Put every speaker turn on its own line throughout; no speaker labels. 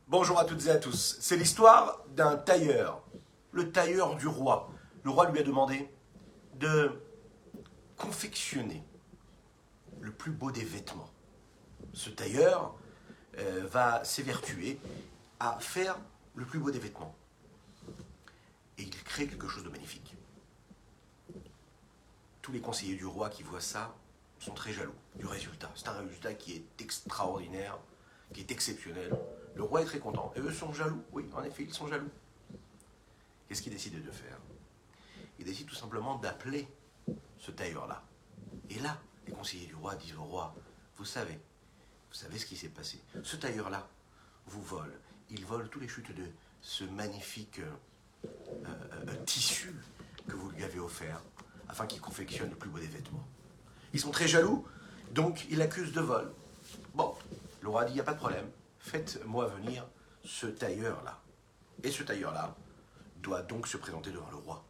Bonjour à toutes et à tous. C'est l'histoire d'un tailleur, le tailleur du roi. Le roi lui a demandé de confectionner le plus beau des vêtements. Ce tailleur va s'évertuer à faire le plus beau des vêtements. Et il crée quelque chose de magnifique. Tous les conseillers du roi qui voient ça sont très jaloux du résultat. C'est un résultat qui est extraordinaire, qui est exceptionnel. Le roi est très content. Et eux sont jaloux. Oui, en effet, ils sont jaloux. Qu'est-ce qu'il décide de faire? Il décide tout simplement d'appeler ce tailleur-là. Et là, les conseillers du roi disent au roi, vous savez ce qui s'est passé. Ce tailleur-là vous vole. Il vole tous les chutes de ce magnifique tissu que vous lui avez offert, afin qu'il confectionne le plus beau des vêtements. Ils sont très jaloux, donc il l'accuse de vol. Bon, le roi dit, il n'y a pas de problème, faites-moi venir ce tailleur-là. Et ce tailleur-là doit donc se présenter devant le roi.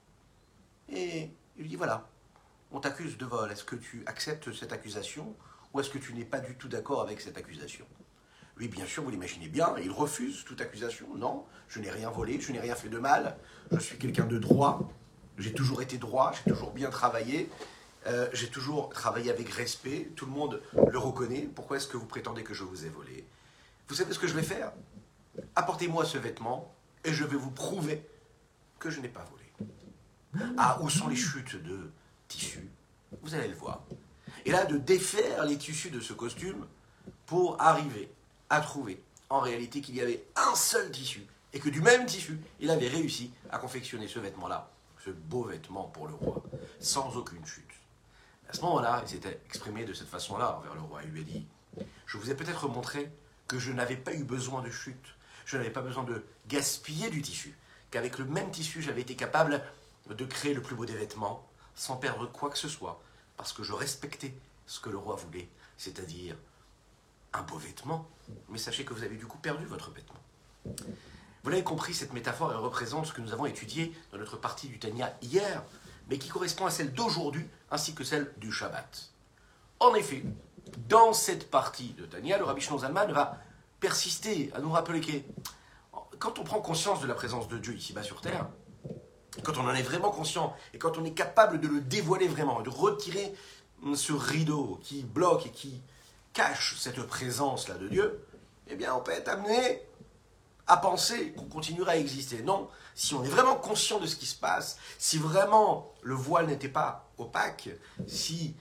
Et il lui dit, voilà, on t'accuse de vol, est-ce que tu acceptes cette accusation ou est-ce que tu n'es pas du tout d'accord avec cette accusation? Lui, bien sûr, vous l'imaginez bien, il refuse toute accusation. Non, je n'ai rien volé, je n'ai rien fait de mal, je suis quelqu'un de droit, j'ai toujours été droit, j'ai toujours bien travaillé, j'ai toujours travaillé avec respect, tout le monde le reconnaît, pourquoi est-ce que vous prétendez que je vous ai volé? Vous savez ce que je vais faire? Apportez-moi ce vêtement et je vais vous prouver que je n'ai pas volé. Ah, où sont les chutes de tissu? Vous allez le voir. Et là, de défaire les tissus de ce costume pour arriver à trouver en réalité qu'il y avait un seul tissu et que du même tissu, il avait réussi à confectionner ce vêtement-là, ce beau vêtement pour le roi, sans aucune chute. À ce moment-là, il s'était exprimé de cette façon-là envers le roi. Il lui a dit, je vous ai peut-être montré que je n'avais pas eu besoin de chute, je n'avais pas besoin de gaspiller du tissu, qu'avec le même tissu, j'avais été capable de créer le plus beau des vêtements sans perdre quoi que ce soit, parce que je respectais ce que le roi voulait, c'est-à-dire un beau vêtement, mais sachez que vous avez du coup perdu votre vêtement. Vous l'avez compris, cette métaphore, elle représente ce que nous avons étudié dans notre partie du Tanya hier, mais qui correspond à celle d'aujourd'hui, ainsi que celle du Shabbat. En effet, dans cette partie de Tanya, le Rabbi Shlomo Zalman va persister à nous rappeler que quand on prend conscience de la présence de Dieu ici-bas sur Terre, quand on en est vraiment conscient, et quand on est capable de le dévoiler vraiment, de retirer ce rideau qui bloque et qui cache cette présence-là de Dieu, eh bien on peut être amené à penser qu'on continuera à exister. Non, si on est vraiment conscient de ce qui se passe, si vraiment le voile n'était pas opaque, s'il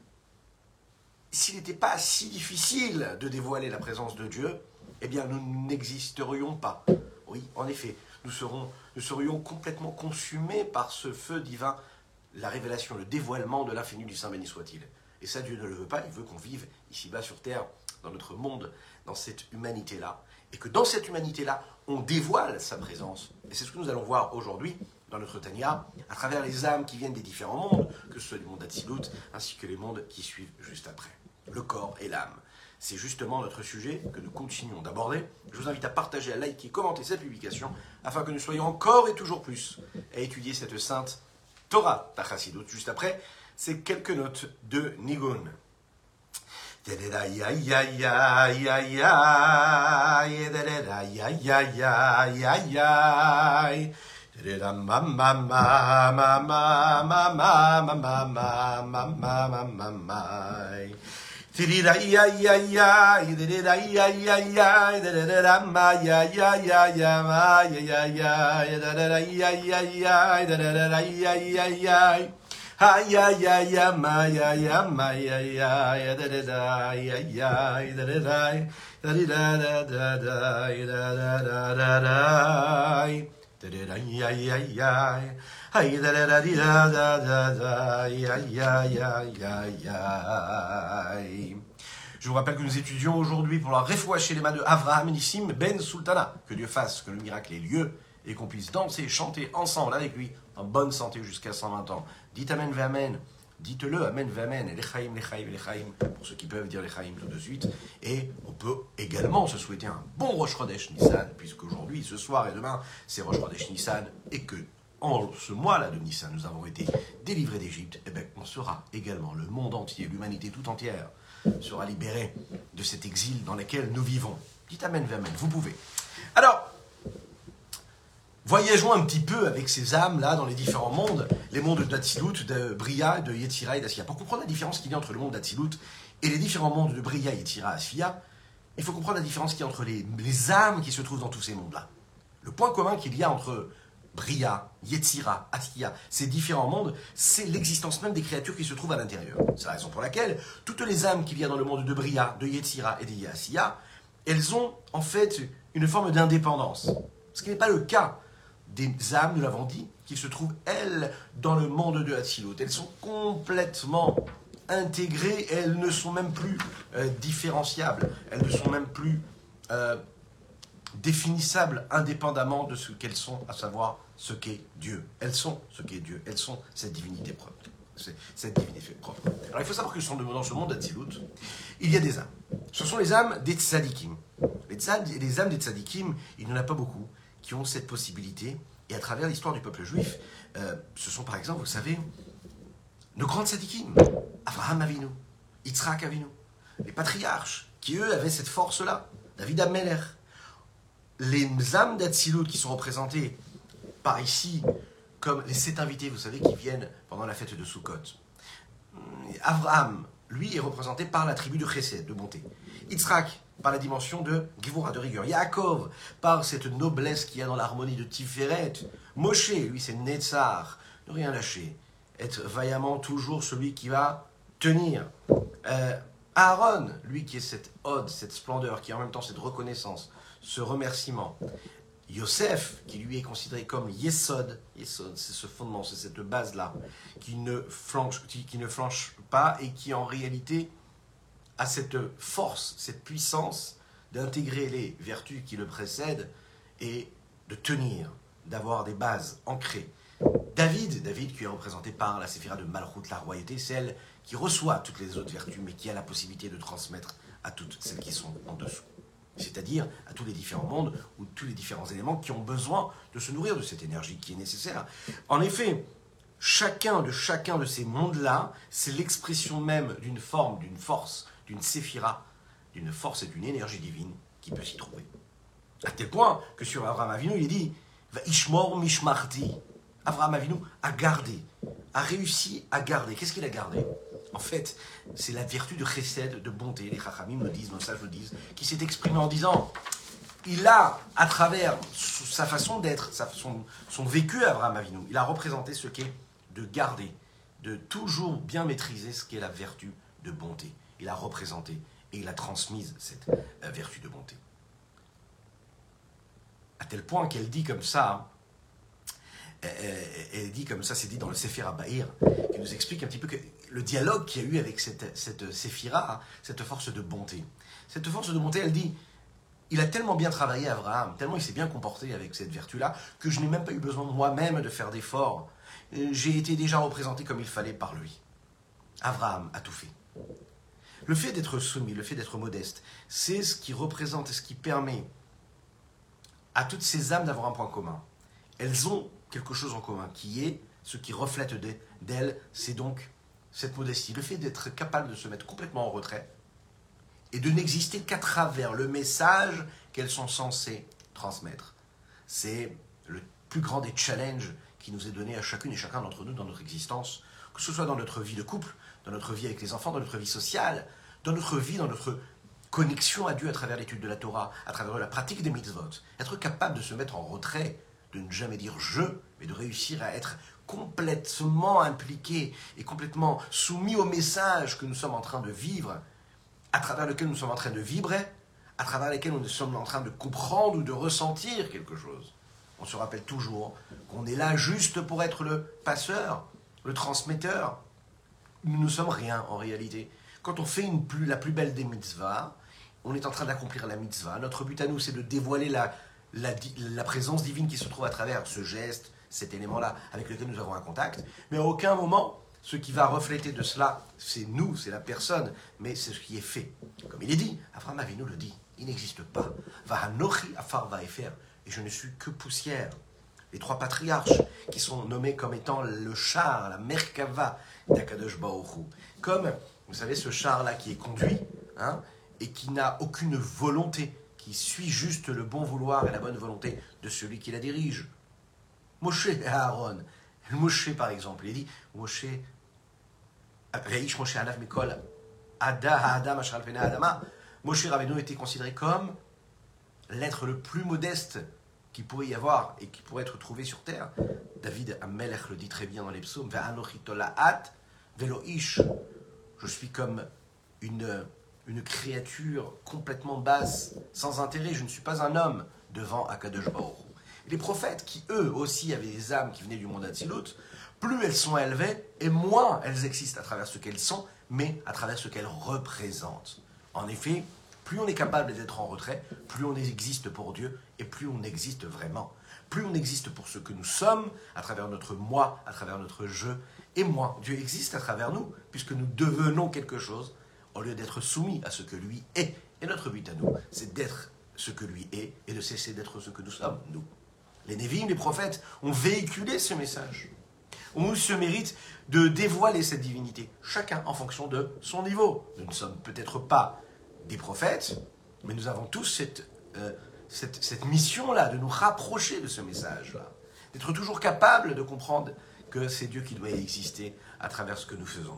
n'était pas si difficile de dévoiler la présence de Dieu, eh bien nous n'existerions pas. Oui, en effet, nous serions complètement consumés par ce feu divin, la révélation, le dévoilement de l'infini du Saint béni soit-il. Et ça, Dieu ne le veut pas, il veut qu'on vive ici-bas sur Terre, dans notre monde, dans cette humanité-là. Et que dans cette humanité-là, on dévoile sa présence. Et c'est ce que nous allons voir aujourd'hui dans notre Tanya, à travers les âmes qui viennent des différents mondes, que ce soit du monde d'Atsilut, ainsi que les mondes qui suivent juste après. Le corps et l'âme. C'est justement notre sujet que nous continuons d'aborder. Je vous invite à partager, à liker, commenter cette publication, afin que nous soyons encore et toujours plus à étudier cette sainte Torah Tachassidut. Juste après, c'est quelques notes de Nigun. Ay ay ay ay ay ay ay ay da da da ay ay da da da da da da da da da da ay da ay ay ay ay da da da da da da ay ay ay ay ay. Je vous rappelle que nous étudions aujourd'hui pour la Refoua Shelema de Avraham Nissim Ben Sultana. Que Dieu fasse que le miracle ait lieu et qu'on puisse danser, chanter ensemble avec lui en bonne santé jusqu'à 120 ans. Dites Amen V'Amen, dites-le Amen V'Amen, et l'Echaim, l'Echaim, l'Echaim, pour ceux qui peuvent dire l'Echaim tout de suite. Et on peut également se souhaiter un bon Rosh Chodesh Nissan, puisque aujourd'hui, ce soir et demain, c'est Rosh Chodesh Nissan, et que en ce mois-là de Nissan, nous avons été délivrés d'Égypte, et bien on sera également, le monde entier, l'humanité tout entière, sera libérée de cet exil dans lequel nous vivons. Dites Amen V'Amen, vous pouvez. Alors, voyageons un petit peu avec ces âmes-là dans les différents mondes, les mondes d'Atsilut, de Bria, de Yetzira et d'Asfia. Pour comprendre la différence qu'il y a entre le monde d'Atsilut et les différents mondes de Bria, Yetzira, Asfia, il faut comprendre la différence qu'il y a entre les âmes qui se trouvent dans tous ces mondes-là. Le point commun qu'il y a entre Bria, Yetzira, Asfia, ces différents mondes, c'est l'existence même des créatures qui se trouvent à l'intérieur. C'est la raison pour laquelle toutes les âmes qu'il y a dans le monde de Bria, de Yetzira et de Asfia, elles ont en fait une forme d'indépendance. Ce qui n'est pas le cas des âmes, nous l'avons dit, qui se trouvent, elles, dans le monde de Hatzilut. Elles sont complètement intégrées, elles ne sont même plus différenciables, elles ne sont même plus définissables indépendamment de ce qu'elles sont, à savoir ce qu'est Dieu. Elles sont ce qu'est Dieu, elles sont cette divinité propre. Cette divinité propre. Alors il faut savoir que dans ce monde d'Hatzilut, il y a des âmes. Ce sont les âmes des tzadikim. Les âmes des tzadikim, il n'y en a pas beaucoup qui ont cette possibilité. Et à travers l'histoire du peuple juif, ce sont par exemple, vous savez, nos grands tzadikim, Abraham Avinu, Yitzhak Avinu, les patriarches, qui eux avaient cette force-là, David Ameller. Les âmes d'Hatzilut qui sont représentées par ici, comme les 7 invités, vous savez, qui viennent pendant la fête de Sukkot. Abraham, lui, est représenté par la tribu de Chesed, de bonté. Yitzhak, par la dimension de Gevura, de rigueur. Yaakov, par cette noblesse qu'il y a dans l'harmonie de Tiferet. Moshe, lui, c'est Netzar, ne rien lâcher. Être vaillamment toujours celui qui va tenir. Aaron, lui qui est cette ode, cette splendeur, qui est en même temps cette reconnaissance, ce remerciement. Yosef, qui lui est considéré comme Yesod, Yesod, c'est ce fondement, c'est cette base-là, qui ne flanche pas et qui en réalité a cette force, cette puissance d'intégrer les vertus qui le précèdent et de tenir, d'avoir des bases ancrées. David qui est représenté par la séphira de Malchut, la royauté, celle qui reçoit toutes les autres vertus, mais qui a la possibilité de transmettre à toutes celles qui sont en dessous. C'est-à-dire à tous les différents mondes ou tous les différents éléments qui ont besoin de se nourrir de cette énergie qui est nécessaire. En effet, chacun de ces mondes-là, c'est l'expression même d'une forme, d'une force, d'une séphira, d'une force et d'une énergie divine qui peut s'y trouver. À tel point que sur Abraham Avinu, il dit « Va ishmor mishmarti ». Abraham Avinu a gardé, a réussi à garder. Qu'est-ce qu'il a gardé ? En fait, c'est la vertu de chesed, de bonté, les chachamim le disent, nos sages le disent, qui s'est exprimé en disant, il a, à travers sa façon d'être, son vécu Abraham Avinu, il a représenté ce qu'est de garder, de toujours bien maîtriser ce qu'est la vertu de bonté. Il a représenté et il a transmise cette vertu de bonté. À tel point qu'elle dit comme ça, elle dit comme ça, c'est dit dans le Sefer HaBahir, qui nous explique un petit peu que le dialogue qu'il y a eu avec cette séphira, cette force de bonté. Cette force de bonté, elle dit, il a tellement bien travaillé Abraham, tellement il s'est bien comporté avec cette vertu-là, que je n'ai même pas eu besoin moi-même de faire d'efforts. J'ai été déjà représenté comme il fallait par lui. Abraham a tout fait. Le fait d'être soumis, le fait d'être modeste, c'est ce qui représente et ce qui permet à toutes ces âmes d'avoir un point commun. Elles ont quelque chose en commun, qui est ce qui reflète d'elles, c'est donc cette modestie, le fait d'être capable de se mettre complètement en retrait et de n'exister qu'à travers le message qu'elles sont censées transmettre. C'est le plus grand des challenges qui nous est donné à chacune et chacun d'entre nous dans notre existence, que ce soit dans notre vie de couple, dans notre vie avec les enfants, dans notre vie sociale, dans notre vie, dans notre connexion à Dieu à travers l'étude de la Torah, à travers la pratique des mitzvot. Être capable de se mettre en retrait, de ne jamais dire « je », mais de réussir à être complètement impliqué et complètement soumis au message que nous sommes en train de vivre, à travers lequel nous sommes en train de vibrer, à travers lequel nous sommes en train de comprendre ou de ressentir quelque chose. On se rappelle toujours qu'on est là juste pour être le passeur, le transmetteur. Nous ne sommes rien en réalité. Quand on fait la plus belle des mitzvahs, on est en train d'accomplir la mitzvah. Notre but à nous, c'est de dévoiler la présence divine qui se trouve à travers ce geste, cet élément-là, avec lequel nous avons un contact. Mais à aucun moment, ce qui va refléter de cela, c'est nous, c'est la personne, mais c'est ce qui est fait. Comme il est dit, Abraham Avinu le dit, il n'existe pas. Vahanochi afar vaefer, et je ne suis que poussière. Les 3 patriarches, qui sont nommés comme étant le char, la Merkava d'Akadosh Baruch Hu. Comme, vous savez, ce char-là qui est conduit, et qui n'a aucune volonté, qui suit juste le bon vouloir et la bonne volonté de celui qui la dirige. Moshe et Aaron. Moshe, par exemple, il dit Moshe, Reish Moshe Anav Mikol, Adam Ashral Pena Adama. Moshe Rabbeinu était considéré comme l'être le plus modeste qu'il pouvait y avoir et qui pourrait être trouvé sur terre. David Amelech le dit très bien dans les psaumes, Ve'anochi tola'at velo ish. Je suis comme une créature complètement basse, sans intérêt. Je ne suis pas un homme devant Akadosh Baruch Hu. Les prophètes, qui eux aussi avaient des âmes qui venaient du monde Hatzilut, plus elles sont élevées et moins elles existent à travers ce qu'elles sont, mais à travers ce qu'elles représentent. En effet, plus on est capable d'être en retrait, plus on existe pour Dieu et plus on existe vraiment. Plus on existe pour ce que nous sommes, à travers notre moi, à travers notre je et moi. Dieu existe à travers nous, puisque nous devenons quelque chose, au lieu d'être soumis à ce que lui est. Et notre but à nous, c'est d'être ce que lui est et de cesser d'être ce que nous sommes, nous. Les Névim, les prophètes, ont véhiculé ce message, ont eu ce mérite de dévoiler cette divinité, chacun en fonction de son niveau. Nous ne sommes peut-être pas des prophètes, mais nous avons tous cette mission-là, de nous rapprocher de ce message-là, d'être toujours capable de comprendre que c'est Dieu qui doit exister à travers ce que nous faisons.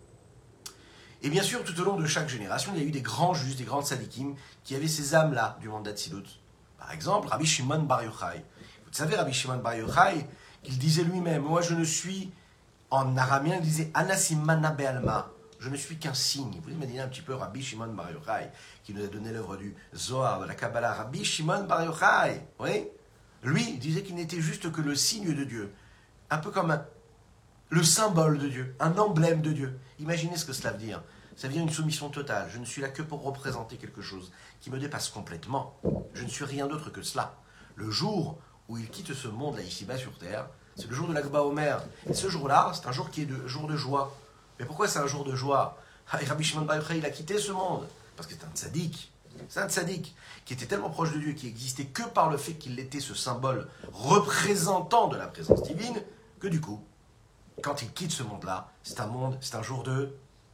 Et bien sûr, tout au long de chaque génération, il y a eu des grands justes, des grands tzadikim, qui avaient ces âmes-là du monde d'Hatzilut. Par exemple, Rabbi Shimon Bar Yochai. Vous savez, Rabbi Shimon Bar Yochai, il disait lui-même, moi je ne suis, en araméen, il disait, Anasimana Be'alma. Je ne suis qu'un signe. Vous imaginez un petit peu Rabbi Shimon Bar Yochai, qui nous a donné l'œuvre du Zohar, de la Kabbalah. Rabbi Shimon Bar Yochai, oui, lui, il disait qu'il n'était juste que le signe de Dieu. Un peu comme le symbole de Dieu, un emblème de Dieu. Imaginez ce que cela veut dire. Ça veut dire une soumission totale. Je ne suis là que pour représenter quelque chose qui me dépasse complètement. Je ne suis rien d'autre que cela. Le jour où il quitte ce monde-là, ici-bas sur terre, c'est le jour de l'Akba Omer. Et ce jour-là, c'est un jour qui est de jour de joie. Mais pourquoi c'est un jour de joie? Rabbi Shimon Bar Yochai, il a quitté ce monde. Parce que c'est un tzaddik. C'est un tzaddik qui était tellement proche de Dieu, qui existait que par le fait qu'il était ce symbole représentant de la présence divine, que du coup, quand il quitte ce monde-là, c'est un jour de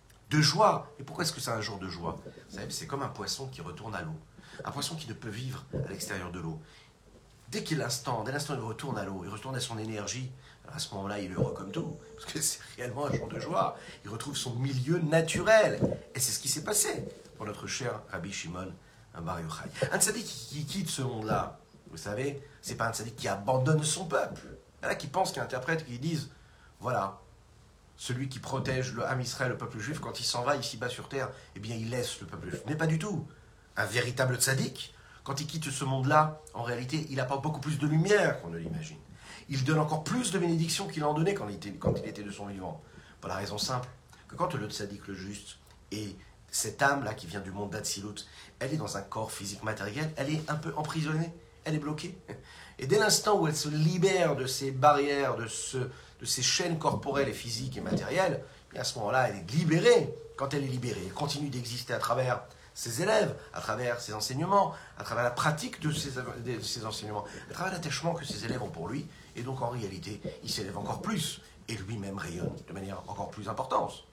joie. Et pourquoi est-ce que c'est un jour de joie? Vous savez, c'est comme un poisson qui retourne à l'eau. Un poisson qui ne peut vivre à l'extérieur de l'eau. Dès l'instant il retourne à l'eau, il retourne à son énergie, alors à ce moment-là, il est heureux comme tout, parce que c'est réellement un jour de joie. Il retrouve son milieu naturel. Et c'est ce qui s'est passé pour notre cher Rabbi Shimon Bar Yochai. Un tzaddik qui quitte ce monde-là, vous savez, c'est pas un tzaddik qui abandonne son peuple. Il y en a qui pensent, qui interprètent, qui disent, voilà, celui qui protège le Ham Israël, le peuple juif, quand il s'en va ici-bas sur terre, eh bien il laisse le peuple juif. Mais pas du tout. Un véritable tzaddik, quand il quitte ce monde-là, en réalité, il apporte beaucoup plus de lumière qu'on ne l'imagine. Il donne encore plus de bénédictions qu'il en donnait quand il était de son vivant. Pour la raison simple que quand le tzaddik, le juste, et cette âme-là qui vient du monde d'Hatzilut, elle est dans un corps physique matériel, elle est un peu emprisonnée, elle est bloquée. Et dès l'instant où elle se libère de ces barrières, de ces chaînes corporelles et physiques et matérielles, et à ce moment-là, elle est libérée. Quand elle est libérée, elle continue d'exister à travers ses élèves, à travers ses enseignements, à travers la pratique de ses enseignements, à travers l'attachement que ses élèves ont pour lui. Et donc, en réalité, il s'élève encore plus. Et lui-même rayonne de manière encore plus importante.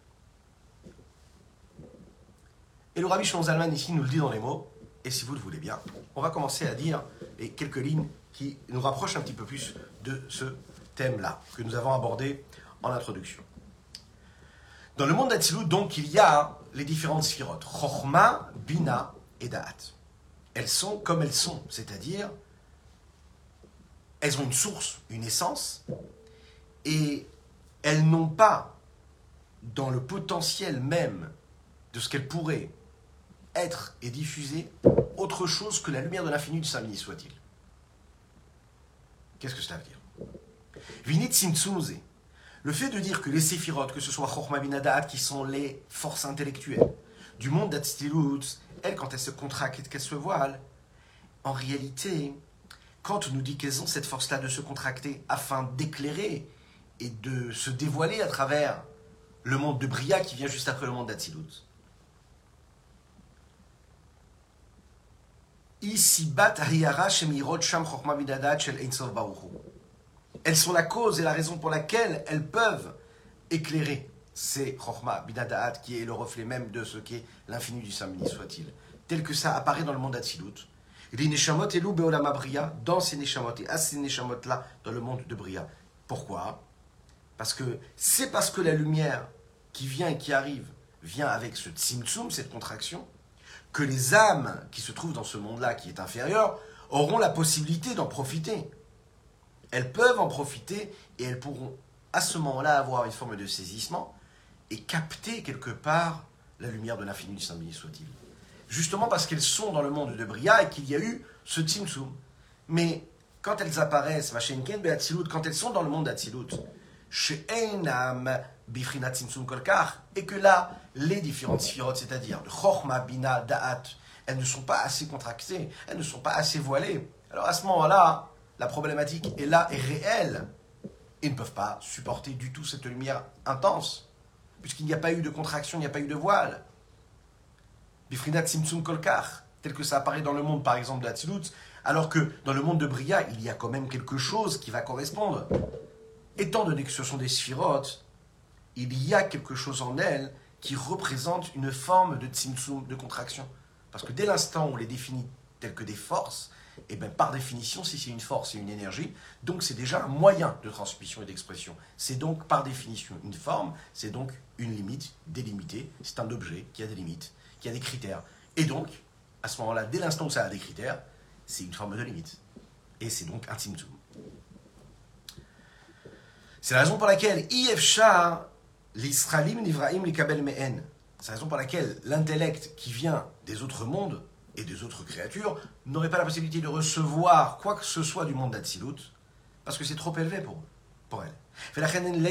Et le Rabbi Shlomo Zalman, ici, nous le dit dans les mots. Et si vous le voulez bien, on va commencer à dire quelques lignes qui nous rapprochent un petit peu plus de ce thème-là, que nous avons abordé en introduction. Dans le monde d'Hatzilut, donc, il y a les différentes sphirotes, Chochma, Bina et Da'at. Elles sont comme elles sont, c'est-à-dire, elles ont une source, une essence, et elles n'ont pas, dans le potentiel même de ce qu'elles pourraient être et diffuser, autre chose que la lumière de l'infini du Saint béni soit-il. Qu'est-ce que cela veut dire? Vinit Tzimtzum. Le fait de dire que les séphirotes, que ce soit Chochma Bina Da'at, qui sont les forces intellectuelles du monde d'Hatzilut, elles, quand elles se contractent, qu'elles se voilent, en réalité, quand on nous dit qu'elles ont cette force-là de se contracter afin d'éclairer et de se dévoiler à travers le monde de Bria qui vient juste après le monde d'Hatzilut. Elles sont la cause et la raison pour laquelle elles peuvent éclairer ces Chochma Bina Da'at qui est le reflet même de ce qu'est l'infini du Saint béni soit-il. tel que ça apparaît dans le monde d'Atsilut. Les Neshamot Elou Beolama Bria, dans ces Neshamot et à ces Neshamot-là, dans le monde de Bria. Pourquoi? Parce que la lumière qui vient et qui arrive vient avec ce Tzimtzum, cette contraction, que les âmes qui se trouvent dans ce monde-là, qui est inférieur, auront la possibilité d'en profiter. Elles peuvent en profiter et elles pourront à ce moment-là avoir une forme de saisissement et capter quelque part la lumière de l'infini du Saint béni soit-il. Justement parce qu'elles sont dans le monde de Bria et qu'il y a eu ce Tzimtzum. Mais quand elles apparaissent, quand elles sont dans le monde d'Atsilut, et que là, les différentes sphirotes, c'est-à-dire le Chochma, Bina, Da'at, elles ne sont pas assez contractées, elles ne sont pas assez voilées. Alors à ce moment-là, la problématique est là, est réelle. Ils ne peuvent pas supporter du tout cette lumière intense, puisqu'il n'y a pas eu de contraction, il n'y a pas eu de voile. Bifrinat Simtsum Kolkar, tel que ça apparaît dans le monde, par exemple, d'Atsilut, alors que dans le monde de Bria, il y a quand même quelque chose qui va correspondre. Étant donné que ce sont des sphirotes, il y a quelque chose en elles qui représente une forme de Tzimtzum, de contraction. Parce que dès l'instant où on les définit telles que des forces, et bien par définition, si c'est une force et une énergie, donc c'est déjà un moyen de transmission et d'expression. C'est donc par définition une forme, c'est donc une limite délimitée, c'est un objet qui a des limites, qui a des critères. Et donc, à ce moment-là, dès l'instant où ça a des critères, c'est une forme de limite. Et c'est donc un Tzimtzum. C'est la raison pour laquelle Ifshar l'Israelim Nivraim Likabel Mehen. C'est la raison pour laquelle l'intellect qui vient des autres mondes et des autres créatures n'aurait pas la possibilité de recevoir quoi que ce soit du monde d'Atsilut, parce que c'est trop élevé pour elle. C'est la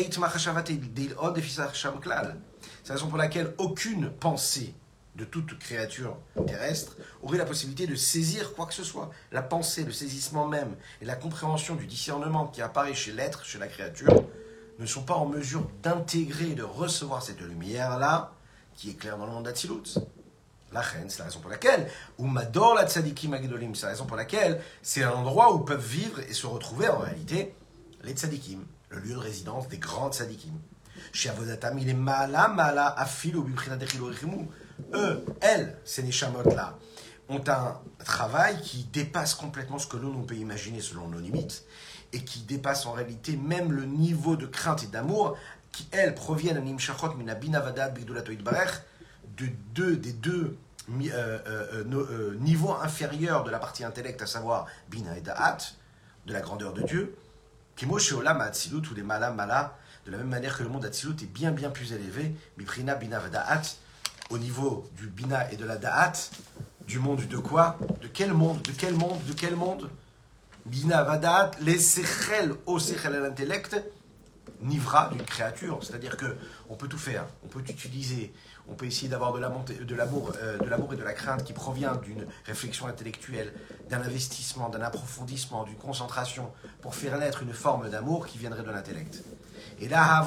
raison pour laquelle aucune pensée de toute créature terrestre aurait la possibilité de saisir quoi que ce soit. La pensée, le saisissement même et la compréhension du discernement qui apparaît chez l'être, chez la créature, ne sont pas en mesure d'intégrer, de recevoir cette lumière-là qui éclaire dans le monde d'Atsilut. La reine, c'est la raison pour laquelle, ou Mador la tzadikim agdolim, c'est la raison pour laquelle c'est un endroit où peuvent vivre et se retrouver en réalité les tzadikim, le lieu de résidence des grands tzadikim. Chez Avodatam, il est mala afilo bibchina dechilo rechimu. Eux, elles, ces neshamot-là, ont un travail qui dépasse complètement ce que l'on peut imaginer selon nos limites et qui dépasse en réalité même le niveau de crainte et d'amour qui, elles, proviennent à Nimshachot Minabina Vadat Bigdulato Idbarech des deux niveaux inférieurs de la partie intellect, à savoir Bina et Da'at, de la grandeur de Dieu, Kimo Sheolam Atzilut ou les Mala, de la même manière que le monde Atzilut est bien plus élevé, Miprina Bina Vada'at, au niveau du Bina et de la Da'at, du monde de quoi? De quel monde? Bina Vada'at, les Sechel au Sechel à l'intellect, Nivra d'une créature, c'est-à-dire que on peut tout faire, on peut utiliser, on peut essayer d'avoir de l'amour et de la crainte qui provient d'une réflexion intellectuelle, d'un investissement, d'un approfondissement, d'une concentration, pour faire naître une forme d'amour qui viendrait de l'intellect. Et là,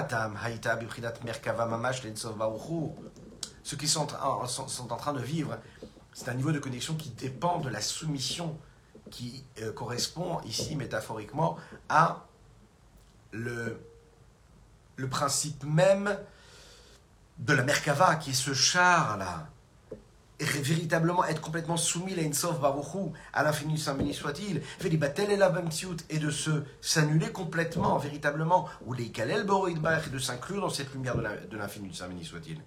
ceux qui sont en train de vivre, c'est un niveau de connexion qui dépend de la soumission qui correspond ici métaphoriquement à le principe même de la Merkava, qui est ce char-là, et véritablement être complètement soumis à Ensof Baruchou, à l'infini Saint béni soit-il, et de s'annuler complètement, véritablement, ou les Kalel Boroid Barech, et de s'inclure dans cette lumière de l'infini Saint béni soit-il.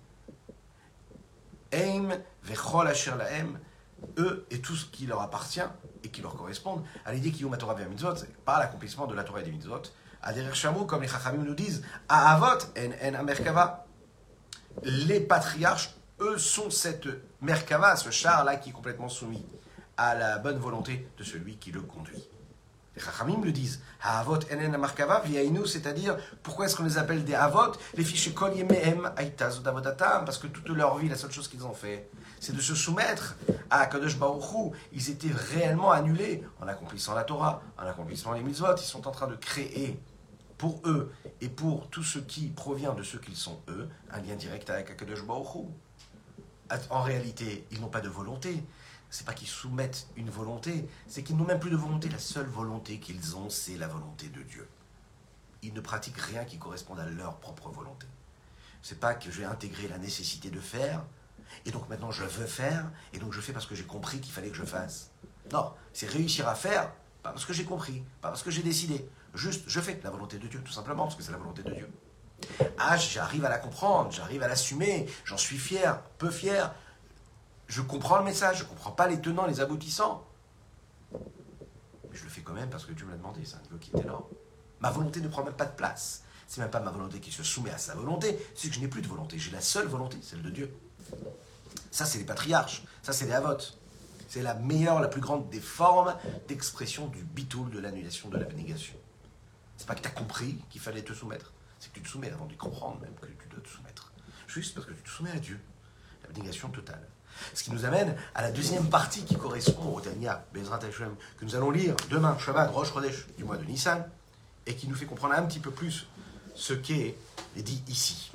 Eim vechol asher lahem, eux et tout ce qui leur appartient et qui leur correspond, à l'idée qu'il y a Torah et mitzvot, par l'accomplissement de la Torah et des mitzvot, à derrière Shamu, comme les Chachamim nous disent, à Avot en Merkava. Les patriarches, eux, sont cette Merkava, ce char-là qui est complètement soumis à la bonne volonté de celui qui le conduit. Les Chachamim le disent, Avot en Merkava, viainu, c'est-à-dire, pourquoi est-ce qu'on les appelle des Avot? Les fiches Kol Yemehem Aitaz Davodatam, parce que toute leur vie, la seule chose qu'ils ont fait, c'est de se soumettre à Kadosh Baruch Hu. Ils étaient réellement annulés en accomplissant la Torah, en accomplissant les mitzvot. Ils sont en train de créer pour eux et pour tout ce qui provient de ceux qu'ils sont eux, un lien direct avec Kadosh Baruch Hu. En réalité, ils n'ont pas de volonté. C'est pas qu'ils soumettent une volonté, c'est qu'ils n'ont même plus de volonté. La seule volonté qu'ils ont, c'est la volonté de Dieu. Ils ne pratiquent rien qui corresponde à leur propre volonté. C'est pas que j'ai intégré la nécessité de faire, Et donc maintenant je veux faire, et donc je fais parce que j'ai compris qu'il fallait que je fasse. Non, c'est réussir à faire, pas parce que j'ai compris, pas parce que j'ai décidé. Juste, je fais la volonté de Dieu, tout simplement, parce que c'est la volonté de Dieu. Ah, j'arrive à la comprendre, j'arrive à l'assumer, j'en suis fier, peu fier. Je comprends le message, je ne comprends pas les tenants, les aboutissants. Mais je le fais quand même parce que Dieu me l'a demandé, c'est un niveau qui est énorme. Ma volonté ne prend même pas de place. C'est même pas ma volonté qui se soumet à sa volonté, c'est que je n'ai plus de volonté. J'ai la seule volonté, celle de Dieu. Ça, c'est les patriarches, ça, c'est les avotes. C'est la meilleure, la plus grande des formes d'expression du bitoul, de l'annulation, de l'abnégation. C'est pas que tu as compris qu'il fallait te soumettre, c'est que tu te soumets avant de comprendre même que tu dois te soumettre. Juste parce que tu te soumets à Dieu. L'abnégation totale. Ce qui nous amène à la deuxième partie qui correspond au Tanya, Bezrat Hashem, que nous allons lire demain, Shabbat, Rosh Chodesh, du mois de Nissan, et qui nous fait comprendre un petit peu plus ce qu'est dit ici.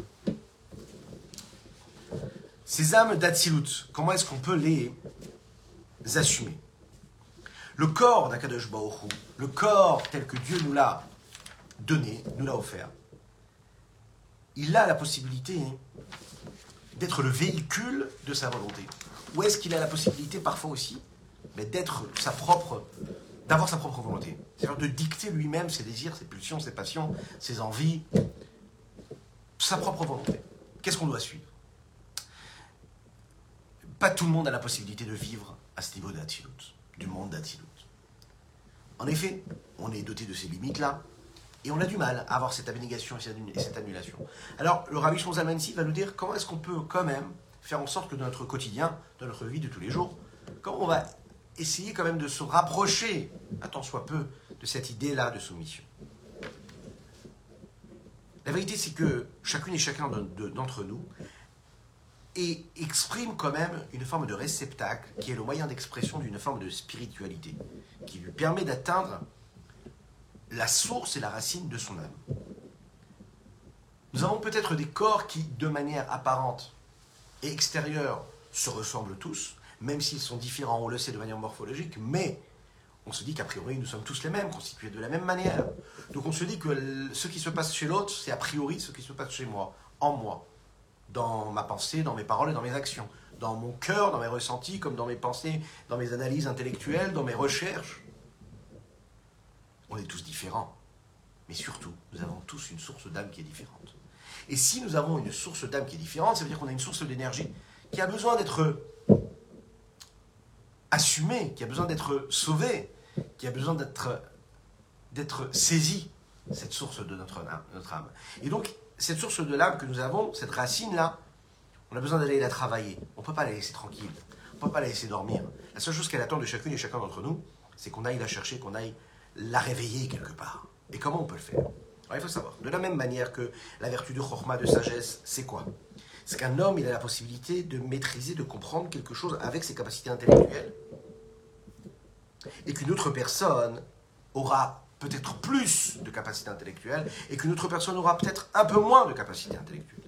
Ces âmes d'Atsilut, comment est-ce qu'on peut les assumer? Le corps d'Akadosh Baruch Hu, le corps tel que Dieu nous l'a donné, nous l'a offert, il a la possibilité d'être le véhicule de sa volonté. Ou est-ce qu'il a la possibilité parfois aussi d'être d'avoir sa propre volonté, c'est-à-dire de dicter lui-même ses désirs, ses pulsions, ses passions, ses envies, sa propre volonté. Qu'est-ce qu'on doit suivre? Pas tout le monde a la possibilité de vivre à ce niveau d'Atsilut, du monde d'Atsilut. En effet, on est doté de ces limites-là, et on a du mal à avoir cette abnégation et cette annulation. Alors, le Rabbi Shlomo Zalman va nous dire comment est-ce qu'on peut quand même faire en sorte que dans notre quotidien, dans notre vie de tous les jours, comment on va essayer quand même de se rapprocher, à tant soit peu, de cette idée-là de soumission. La vérité, c'est que chacune et chacun d'entre nous exprime quand même une forme de réceptacle qui est le moyen d'expression d'une forme de spiritualité, qui lui permet d'atteindre la source et la racine de son âme. Nous avons peut-être des corps qui, de manière apparente et extérieure, se ressemblent tous, même s'ils sont différents, on le sait de manière morphologique, mais on se dit qu'a priori nous sommes tous les mêmes, constitués de la même manière. Donc on se dit que ce qui se passe chez l'autre, c'est a priori ce qui se passe chez moi, en moi, dans ma pensée, dans mes paroles et dans mes actions, dans mon cœur, dans mes ressentis, comme dans mes pensées, dans mes analyses intellectuelles, dans mes recherches. On est tous différents, mais surtout, nous avons tous une source d'âme qui est différente. Et si nous avons une source d'âme qui est différente, ça veut dire qu'on a une source d'énergie qui a besoin d'être assumée, qui a besoin d'être sauvée, qui a besoin d'être saisie, cette source de notre âme. Et donc, cette source de l'âme que nous avons, cette racine-là, on a besoin d'aller la travailler. On ne peut pas la laisser tranquille, on ne peut pas la laisser dormir. La seule chose qu'elle attend de chacune et chacun d'entre nous, c'est qu'on aille la chercher, qu'on aille la réveiller quelque part. Et comment on peut le faire? Alors, il faut savoir, de la même manière que la vertu de Chorma, de sagesse, c'est quoi? C'est qu'un homme, il a la possibilité de maîtriser, de comprendre quelque chose avec ses capacités intellectuelles, et qu'une autre personne aura peut-être plus de capacités intellectuelles, et qu'une autre personne aura peut-être un peu moins de capacités intellectuelles.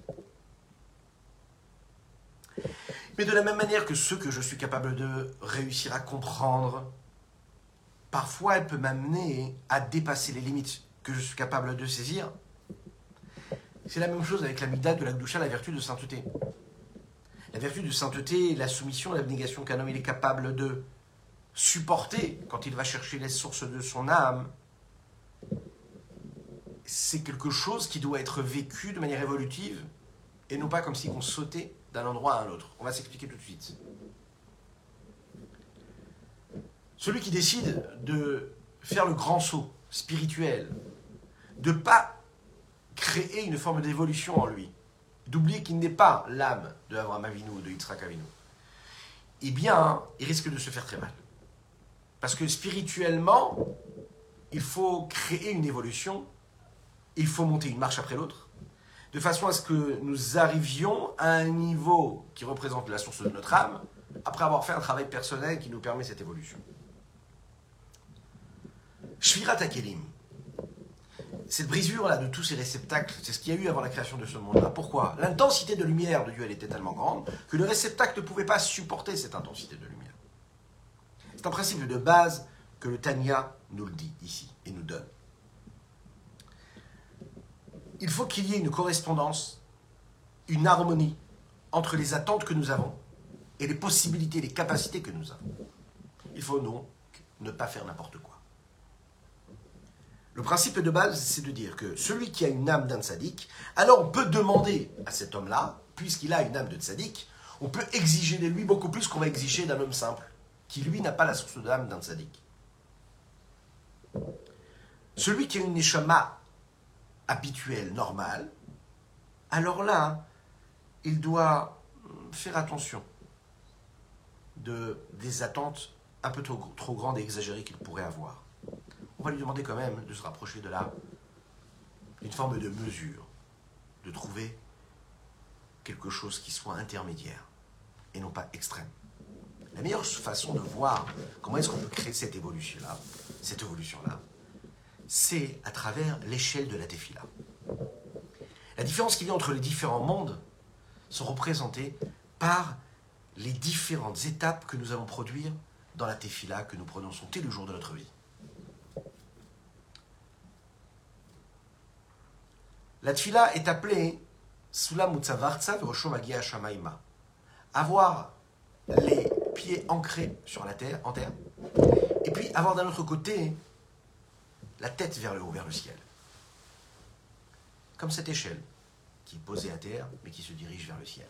Mais de la même manière que ce que je suis capable de réussir à comprendre, parfois, elle peut m'amener à dépasser les limites que je suis capable de saisir. C'est la même chose avec la mida de la Gdusha, la vertu de sainteté. La vertu de sainteté, la soumission, l'abnégation qu'un homme il est capable de supporter quand il va chercher les sources de son âme, c'est quelque chose qui doit être vécu de manière évolutive et non pas comme si on sautait d'un endroit à un autre. On va s'expliquer tout de suite. Celui qui décide de faire le grand saut spirituel, de ne pas créer une forme d'évolution en lui, d'oublier qu'il n'est pas l'âme de Abraham Avinu ou de Yitzhak Avinu, eh bien, il risque de se faire très mal. Parce que spirituellement, il faut créer une évolution, il faut monter une marche après l'autre, de façon à ce que nous arrivions à un niveau qui représente la source de notre âme, après avoir fait un travail personnel qui nous permet cette évolution. Shvirat HaKelim, cette brisure-là de tous ces réceptacles, c'est ce qu'il y a eu avant la création de ce monde-là. Pourquoi? L'intensité de lumière de Dieu, elle était tellement grande que le réceptacle ne pouvait pas supporter cette intensité de lumière. C'est un principe de base que le Tanya nous le dit ici et nous donne. Il faut qu'il y ait une correspondance, une harmonie entre les attentes que nous avons et les possibilités, les capacités que nous avons. Il faut donc ne pas faire n'importe quoi. Le principe de base, c'est de dire que celui qui a une âme d'un tzaddik, alors on peut demander à cet homme-là, puisqu'il a une âme de tzaddik, on peut exiger de lui beaucoup plus qu'on va exiger d'un homme simple, qui lui n'a pas la source d'âme d'un tzaddik. Celui qui a une neshama habituelle, normale, alors là, il doit faire attention des attentes un peu trop grandes et exagérées qu'il pourrait avoir. On va lui demander quand même de se rapprocher de là, d'une forme de mesure, de trouver quelque chose qui soit intermédiaire et non pas extrême. La meilleure façon de voir comment est-ce qu'on peut créer cette évolution-là, c'est à travers l'échelle de la tefila. La différence qu'il y a entre les différents mondes sont représentées par les différentes étapes que nous allons produire dans la tefila que nous prononçons tous les jours de notre vie. La tefila est appelée Sulam Mutzavartsa Veroshom Agia Shamaima. Avoir les pieds ancrés sur la terre, en terre, et puis avoir d'un autre côté la tête vers le haut, vers le ciel. Comme cette échelle qui est posée à terre, mais qui se dirige vers le ciel.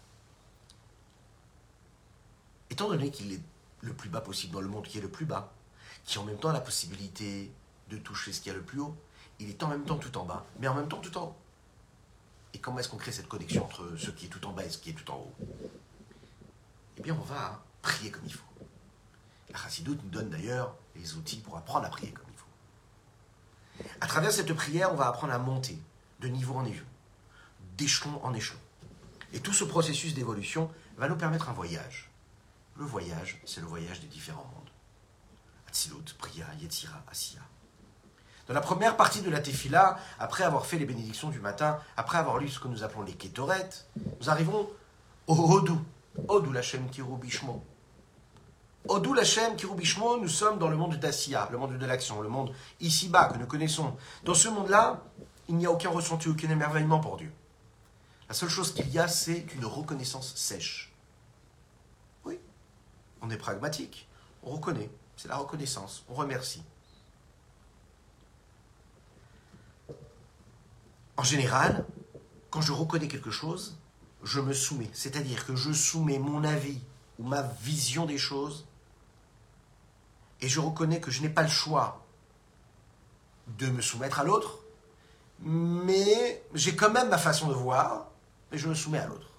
Étant donné qu'il est le plus bas possible dans le monde qui est le plus bas, qui en même temps a la possibilité de toucher ce qui est le plus haut, il est en même temps tout en bas, mais en même temps tout en haut. Et comment est-ce qu'on crée cette connexion entre ce qui est tout en bas et ce qui est tout en haut? Eh bien, on va prier comme il faut. La Chassidoute nous donne d'ailleurs les outils pour apprendre à prier comme il faut. À travers cette prière, on va apprendre à monter de niveau en niveau, d'échelon en échelon. Et tout ce processus d'évolution va nous permettre un voyage. Le voyage, c'est le voyage des différents mondes. Atzilut, Priya, Yetzira, Asiya. Dans la première partie de la Tefila, après avoir fait les bénédictions du matin, après avoir lu ce que nous appelons les Ketoret, nous arrivons au Hodou. Hodou Lachem Kirou Bishmo. Hodou Lachem Kirou Bishmo, nous sommes dans le monde d'Asiya, le monde de l'action, le monde ici-bas que nous connaissons. Dans ce monde-là, il n'y a aucun ressenti, aucun émerveillement pour Dieu. La seule chose qu'il y a, c'est une reconnaissance sèche. Oui, on est pragmatique, on reconnaît, c'est la reconnaissance, on remercie. En général, quand je reconnais quelque chose, je me soumets. C'est-à-dire que je soumets mon avis ou ma vision des choses et je reconnais que je n'ai pas le choix de me soumettre à l'autre, mais j'ai quand même ma façon de voir et je me soumets à l'autre.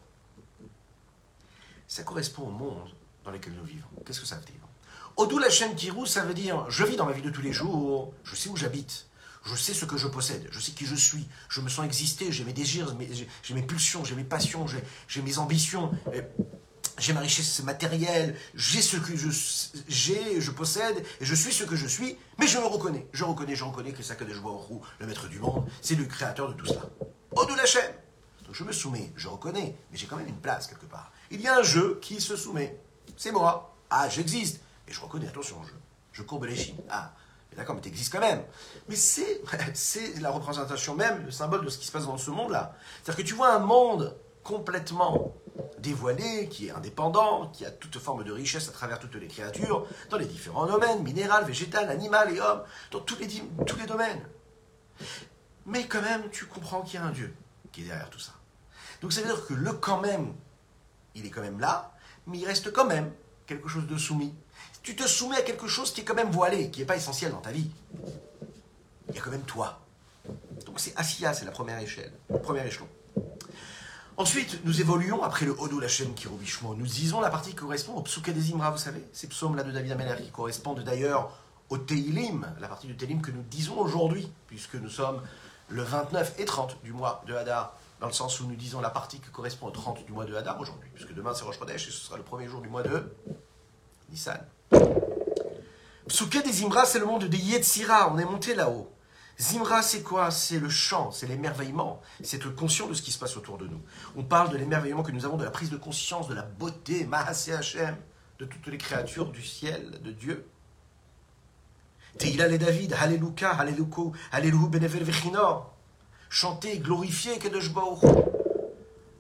Ça correspond au monde dans lequel nous vivons. Qu'est-ce que ça veut dire? Odou Lachem Kirou, ça veut dire je vis dans ma vie de tous les jours, je sais où j'habite. Je sais ce que je possède, je sais qui je suis, je me sens exister, j'ai mes désirs, j'ai mes pulsions, j'ai mes passions, j'ai mes ambitions, j'ai ma richesse matérielle, j'ai ce que je possède, et je suis ce que je suis, mais je me reconnais. Je reconnais que Sakadosh Baruch Hu, le maître du monde, c'est le créateur de tout cela. Odou Lachem. Donc je me soumets, je reconnais, mais j'ai quand même une place quelque part. Il y a un jeu qui se soumet. C'est moi. Ah, j'existe. Et je reconnais, attention, je courbe les chines. Ah. D'accord, mais tu existes quand même. Mais c'est la représentation même, le symbole de ce qui se passe dans ce monde-là. C'est-à-dire que tu vois un monde complètement dévoilé, qui est indépendant, qui a toute forme de richesse à travers toutes les créatures, dans les différents domaines, minéral, végétal, animal et homme, dans tous les domaines. Mais quand même, tu comprends qu'il y a un Dieu qui est derrière tout ça. Donc ça veut dire que le quand même, il est quand même là, mais il reste quand même quelque chose de soumis. Tu te soumets à quelque chose qui est quand même voilé, qui n'est pas essentiel dans ta vie. Il y a quand même toi. Donc c'est Asiya, c'est la première échelle, le premier échelon. Ensuite, nous évoluons après le Hodou Lachem Kirou Bishmo. Nous disons la partie qui correspond au Psuké des Imra, vous savez, ces psaumes-là de David Améler qui correspondent d'ailleurs au Teilim, la partie du Teilim que nous disons aujourd'hui, puisque nous sommes le 29 et 30 du mois de Hadar, dans le sens où nous disons la partie qui correspond au 30 du mois de Hadar aujourd'hui, puisque demain c'est Rosh Chodesh et ce sera le premier jour du mois de Nissan. Psuké des Zimra, c'est le monde des Yetzira, on est monté là-haut. Zimra, c'est quoi? C'est le chant, c'est l'émerveillement, c'est être conscient de ce qui se passe autour de nous. On parle de l'émerveillement que nous avons, de la prise de conscience, de la beauté, Mahasé Hashem, de toutes les créatures du ciel, de Dieu. Teila le David, Halleluka, Halleluku, Halleluhu Benevel Vechinor. Chanter, glorifier Kadosh Baruch Hu.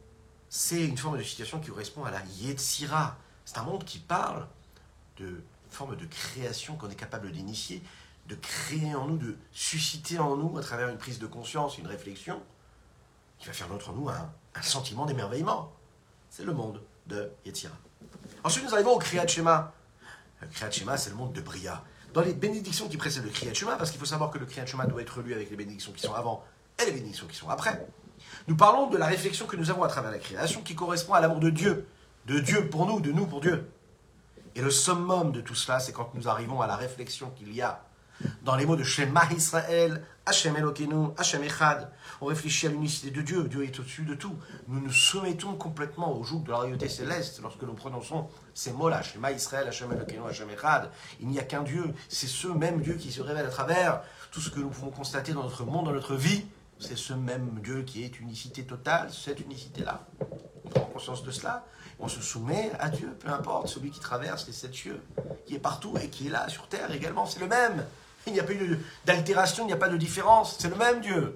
c'est une forme de situation qui correspond à la Yetzira. C'est un monde qui parle de forme de création qu'on est capable d'initier, de créer en nous, de susciter en nous, à travers une prise de conscience, une réflexion, qui va faire naître en nous un sentiment d'émerveillement. C'est le monde de Yetzira. Ensuite, nous arrivons au Kriyat Shema. Le Kriyat Shema, c'est le monde de Bria. Dans les bénédictions qui précèdent le Kriyat Shema, parce qu'il faut savoir que le Kriyat Shema doit être lu avec les bénédictions qui sont avant et les bénédictions qui sont après, nous parlons de la réflexion que nous avons à travers la création qui correspond à l'amour de Dieu pour nous, de nous pour Dieu. Et le summum de tout cela, c'est quand nous arrivons à la réflexion qu'il y a dans les mots de Shema Israël, Hashem Elokeinu, Hashem Echad. On réfléchit à l'unicité de Dieu. Dieu est au-dessus de tout. Nous nous soumettons complètement au joug de la royauté céleste lorsque nous prononçons ces mots-là. Shema Israël, Hashem Elokeinu, Hashem Echad. Il n'y a qu'un Dieu. C'est ce même Dieu qui se révèle à travers tout ce que nous pouvons constater dans notre monde, dans notre vie. C'est ce même Dieu qui est unicité totale, cette unicité-là. On prend conscience de cela, on se soumet à Dieu, peu importe, celui qui traverse les 7 cieux, qui est partout et qui est là sur terre également, c'est le même. Il n'y a pas eu d'altération, il n'y a pas de différence, c'est le même Dieu.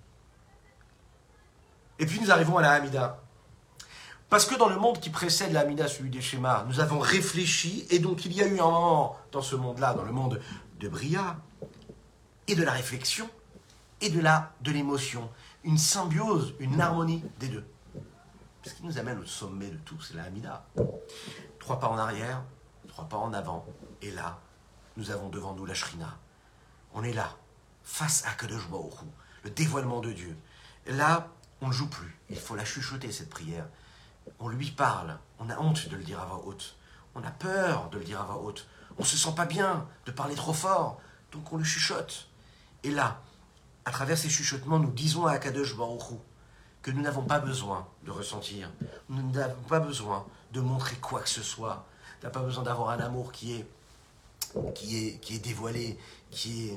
Et puis nous arrivons à la Hamida. Parce que dans le monde qui précède la Hamida, celui des schémas, nous avons réfléchi, et donc il y a eu un moment dans ce monde-là, dans le monde de Bria, et de la réflexion, et de l'émotion, une symbiose, une harmonie des deux. Ce qui nous amène au sommet de tout, c'est la Hamida. 3 pas en arrière, 3 pas en avant, et là, nous avons devant nous la Shrina. On est là, face à Kadosh Baruch Hu, le dévoilement de Dieu. Et là, on ne joue plus, il faut la chuchoter cette prière. On lui parle, on a honte de le dire à voix haute, on a peur de le dire à voix haute, on ne se sent pas bien de parler trop fort, donc on le chuchote. Et là, à travers ces chuchotements, nous disons à Kadosh Baruch Hu que nous n'avons pas besoin de ressentir, nous n'avons pas besoin de montrer quoi que ce soit, nous n'avons pas besoin d'avoir un amour qui est dévoilé, qui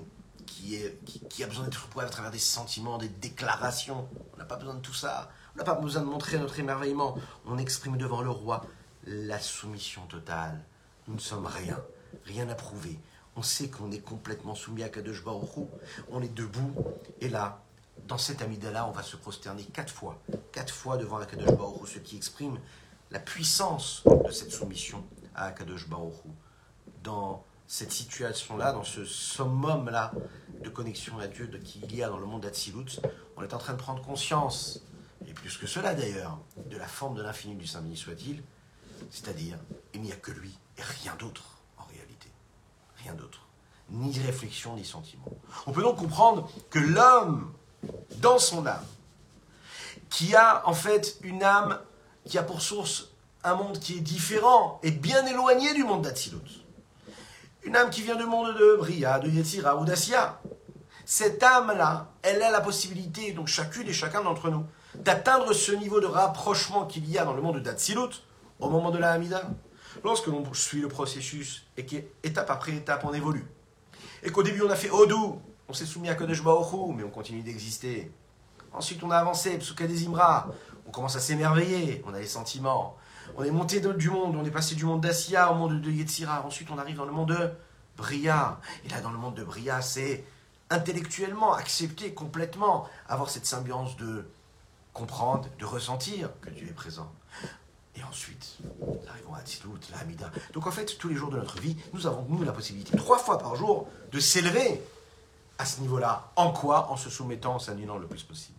a besoin d'être éprouvé à travers des sentiments, des déclarations. On n'a pas besoin de tout ça. On n'a pas besoin de montrer notre émerveillement. On exprime devant le roi la soumission totale. Nous ne sommes rien à prouver. On sait qu'on est complètement soumis à Kadosh Baruch Hu. On est debout. Et là, dans cette Amida-là, on va se prosterner 4 fois. 4 fois devant Kadosh Baruch Hu, ce qui exprime la puissance de cette soumission à Kadosh Baruch Hu. Dans cette situation-là, dans ce summum-là de connexion à Dieu qu'il y a dans le monde d'Atsilut, on est en train de prendre conscience, et plus que cela d'ailleurs, de la forme de l'infini du Saint béni soit-il, c'est-à-dire, il n'y a que lui et rien d'autre en réalité. Rien d'autre. Ni réflexion, ni sentiment. On peut donc comprendre que l'homme, dans son âme, qui a en fait une âme qui a pour source un monde qui est différent et bien éloigné du monde d'Atsilut, une âme qui vient du monde de Bria, de Yetzira ou d'Assia. Cette âme-là, elle a la possibilité, donc chacune et chacun d'entre nous, d'atteindre ce niveau de rapprochement qu'il y a dans le monde d'Atsilut au moment de la Hamida. Lorsque l'on suit le processus et qu'étape après étape on évolue. Et qu'au début on a fait Odou, on s'est soumis à Kadosh Baruch Hu, mais on continue d'exister. Ensuite on a avancé, Psuka des Imra, on commence à s'émerveiller, on a les sentiments. On est monté du monde, on est passé du monde d'Assia au monde de Yetzira. Ensuite, on arrive dans le monde de Bria. Et là, dans le monde de Bria, c'est intellectuellement accepter complètement, avoir cette symbiose de comprendre, de ressentir que Dieu est présent. Et ensuite, nous arrivons à Atsilut, la Hamida. Donc en fait, tous les jours de notre vie, nous avons, la possibilité, 3 fois par jour, de s'élever à ce niveau-là. En quoi? En se soumettant, en s'annulant le plus possible.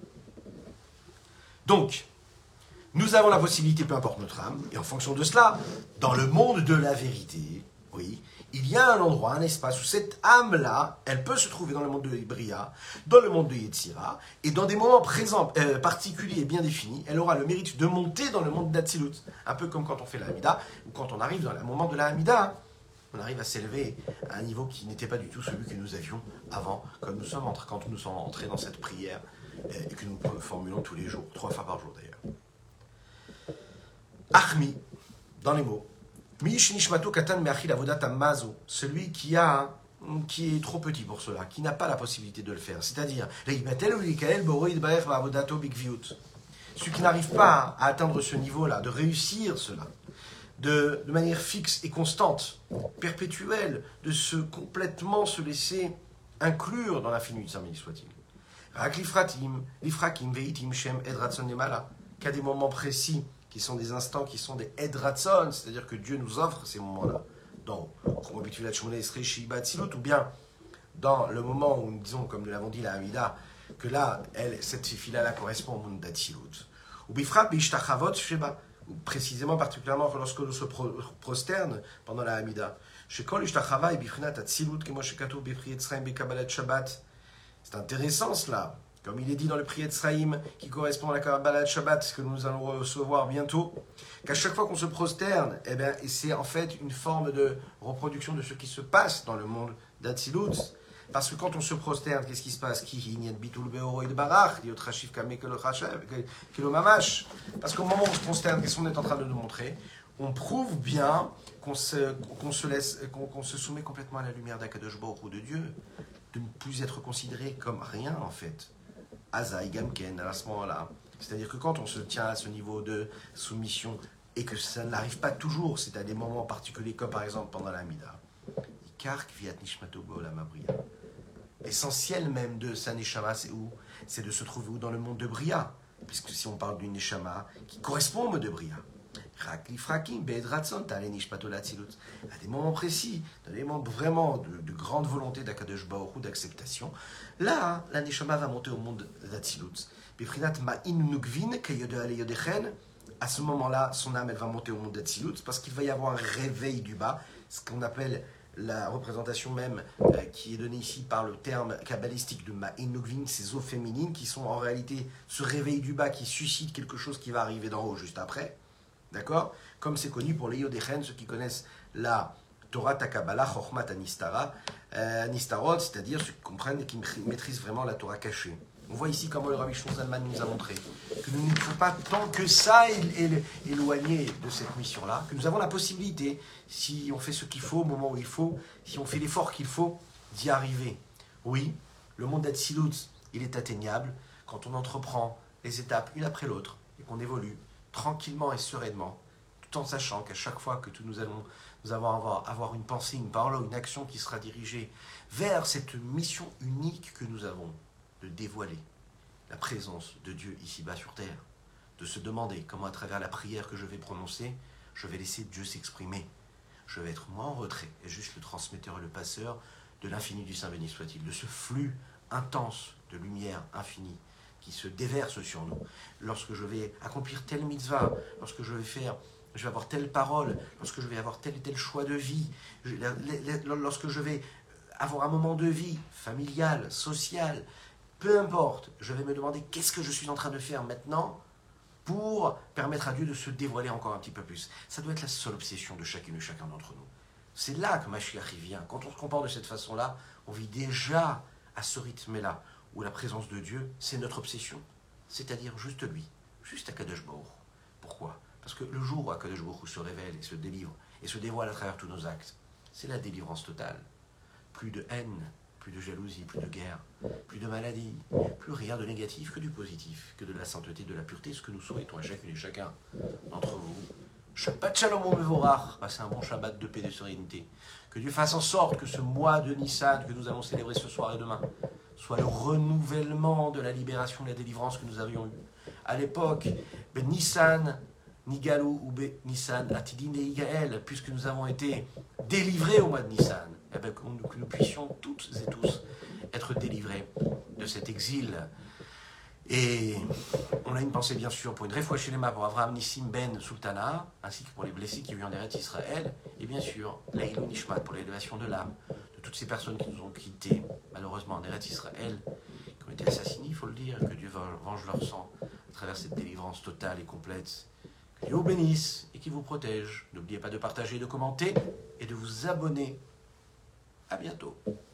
Donc, nous avons la possibilité, peu importe notre âme, et en fonction de cela, dans le monde de la vérité, oui, il y a un endroit, un espace où cette âme-là, elle peut se trouver dans le monde de Bria, dans le monde de Yetzira, et dans des moments présents, particuliers et bien définis, elle aura le mérite de monter dans le monde d'Atsilut. Un peu comme quand on fait la Hamida, ou quand on arrive dans le moment de la Hamida, on arrive à s'élever à un niveau qui n'était pas du tout celui que nous avions avant, quand nous sommes entrés dans cette prière, et que nous formulons tous les jours, 3 fois par jour d'ailleurs. Achmi, dans les mots, celui qui est trop petit pour cela, qui n'a pas la possibilité de le faire, c'est-à-dire celui qui n'arrive pas à atteindre ce niveau-là, de réussir cela, de manière fixe et constante, perpétuelle, de complètement se laisser inclure dans l'infini du Saint béni soit-il. qu'à des moments précis, qui sont des instants, qui sont des Edratson, c'est-à-dire que Dieu nous offre ces moments-là. Dans ou bien dans le moment où, disons, comme nous l'avons dit, la Hamida, que là, cette fila-là correspond au monde d'Atsilut. Ou bifrat bishtachavot sheba, ou précisément, particulièrement lorsque l'on se prosterne pendant la Hamida. Shekol ishtachava et bifrinat Atsilut, que moi shekatu bifri etzraim bekabalat Shabbat. C'est intéressant cela. Comme il est dit dans le prière de Sraïm, qui correspond à la Kabbalah de Shabbat, que nous allons recevoir bientôt, qu'à chaque fois qu'on se prosterne, eh bien, c'est en fait une forme de reproduction de ce qui se passe dans le monde d'Atsilut. Parce que quand on se prosterne, qu'est-ce qui se passe? Parce qu'au moment où on se prosterne, qu'est-ce qu'on est en train de nous montrer? On prouve bien qu'on se soumet complètement à la lumière d'Akadosh Baruch Hu, de Dieu, de ne plus être considéré comme rien en fait. Azaï Gamken, à ce moment-là. C'est-à-dire que quand on se tient à ce niveau de soumission et que ça n'arrive pas toujours, c'est à des moments particuliers comme par exemple pendant la Mida. L'essentiel même de sa Neshama, c'est où? C'est de se trouver où? Dans le monde de Bria. Puisque si on parle d'une Neshama qui correspond au monde de Bria. À des moments précis, à des moments vraiment de grande volonté d'Akadosh Baruch Hu, d'acceptation, là, la Neshama va monter au monde d'Atsilut. À ce moment-là, son âme, elle va monter au monde d'Atsilut, parce qu'il va y avoir un réveil du bas, ce qu'on appelle la représentation même qui est donnée ici par le terme kabbalistique de Ma'in Nukvin, ces eaux féminines qui sont en réalité ce réveil du bas qui suscite quelque chose qui va arriver d'en haut juste après. D'accord? Comme c'est connu pour les Yodéchen, ceux qui connaissent la Torah Takabala, Chochmat Anistarot, c'est-à-dire ceux qui comprennent et qui maîtrisent vraiment la Torah cachée. On voit ici comment le Rabbi Shlomo Zalman nous a montré que nous ne pouvons pas tant que ça éloigner de cette mission-là, que nous avons la possibilité, si on fait ce qu'il faut au moment où il faut, si on fait l'effort qu'il faut, d'y arriver. Oui, le monde d'Atsilut, il est atteignable quand on entreprend les étapes une après l'autre et qu'on évolue tranquillement et sereinement, tout en sachant qu'à chaque fois que nous allons avoir une pensée, une parole, une action qui sera dirigée vers cette mission unique que nous avons, de dévoiler la présence de Dieu ici-bas sur terre, de se demander comment à travers la prière que je vais prononcer, je vais laisser Dieu s'exprimer. Je vais être moi en retrait, et juste le transmetteur et le passeur de l'infini du Saint béni soit-il, de ce flux intense de lumière infinie qui se déverse sur nous. Lorsque je vais accomplir telle mitzvah, lorsque je vais avoir telle parole, lorsque je vais avoir tel et tel choix de vie, lorsque je vais avoir un moment de vie familial, social, peu importe, je vais me demander qu'est-ce que je suis en train de faire maintenant pour permettre à Dieu de se dévoiler encore un petit peu plus. Ça doit être la seule obsession de chacune et chacun d'entre nous. C'est là que Mashiach vient. Quand on se comporte de cette façon-là, on vit déjà à ce rythme-là, où la présence de Dieu, c'est notre obsession. C'est-à-dire juste lui, juste Akadosh Baruch Hu. Pourquoi? Parce que le jour où Akadosh Baruch Hu se révèle et se délivre, et se dévoile à travers tous nos actes, c'est la délivrance totale. Plus de haine, plus de jalousie, plus de guerre, plus de maladie, plus rien de négatif que du positif, que de la sainteté, de la pureté, ce que nous souhaitons à chacune et chacun d'entre vous. Shabbat Shalom Mevorach, passez un bon Shabbat de paix et de sérénité. Que Dieu fasse en sorte que ce mois de Nissan que nous allons célébrer ce soir et demain soit le renouvellement de la libération et de la délivrance que nous avions eue. À l'époque, Ben Nissan Nigalou ou Ben Nissan Atidin et Igaël, puisque nous avons été délivrés au mois de Nissan, et bien, que nous puissions toutes et tous être délivrés de cet exil. Et on a une pensée bien sûr pour une Refoua Shelema pour Avraham Nissim Ben Sultana, ainsi que pour les blessés qui vivent en Eretz Israël, et bien sûr Leilou Nishmat pour l'élévation de l'âme de toutes ces personnes qui nous ont quittés malheureusement en Eretz Israël, qui ont été assassinées, il faut le dire, que Dieu venge leur sang à travers cette délivrance totale et complète. Que Dieu vous bénisse et qu'il vous protège. N'oubliez pas de partager, de commenter et de vous abonner. À bientôt.